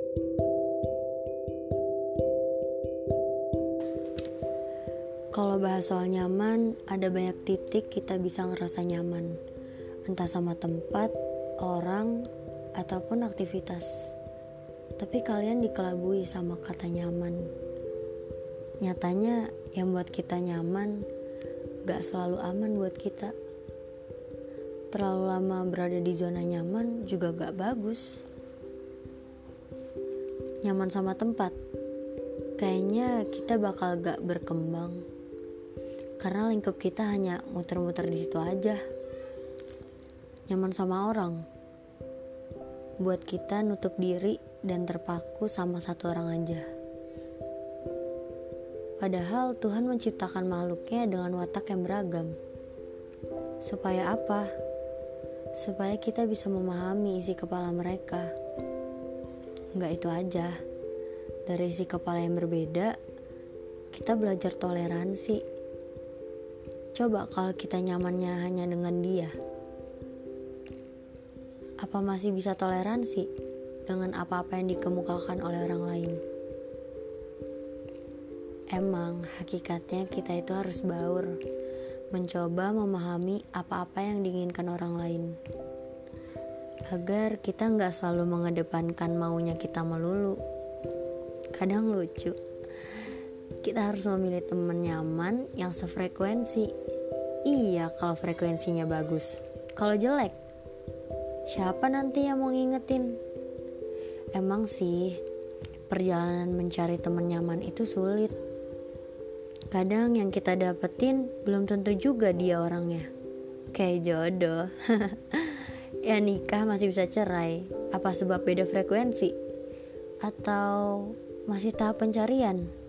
Kalau bahas soal nyaman, ada banyak titik kita bisa ngerasa nyaman. Entah sama tempat, orang, ataupun aktivitas. Tapi kalian dikelabui sama kata nyaman. Nyatanya yang buat kita nyaman gak selalu aman buat kita. Terlalu lama berada di zona nyaman juga gak bagus. Nyaman sama tempat, kayaknya kita bakal gak berkembang. Karena lingkup kita hanya muter-muter di situ aja. Nyaman sama orang, buat kita nutup diri dan terpaku sama satu orang aja. Padahal Tuhan menciptakan makhluknya dengan watak yang beragam. Supaya apa? Supaya kita bisa memahami isi kepala mereka. Enggak itu aja. Dari isi kepala yang berbeda, kita belajar toleransi. Coba kalau kita nyamannya hanya dengan dia, apa masih bisa toleransi dengan apa-apa yang dikemukakan oleh orang lain? Emang hakikatnya kita itu harus baur, mencoba memahami apa-apa yang diinginkan orang lain, agar kita gak selalu mengedepankan maunya kita melulu. Kadang lucu, kita harus memilih teman nyaman yang sefrekuensi. Iya kalau frekuensinya bagus. Kalau jelek, siapa nanti yang mau ngingetin? Emang sih, perjalanan mencari teman nyaman itu sulit. Kadang yang kita dapetin belum tentu juga dia orangnya. Kayak jodoh. Ya nikah masih bisa cerai. Apa sebab beda frekuensi? Atau masih tahap pencarian?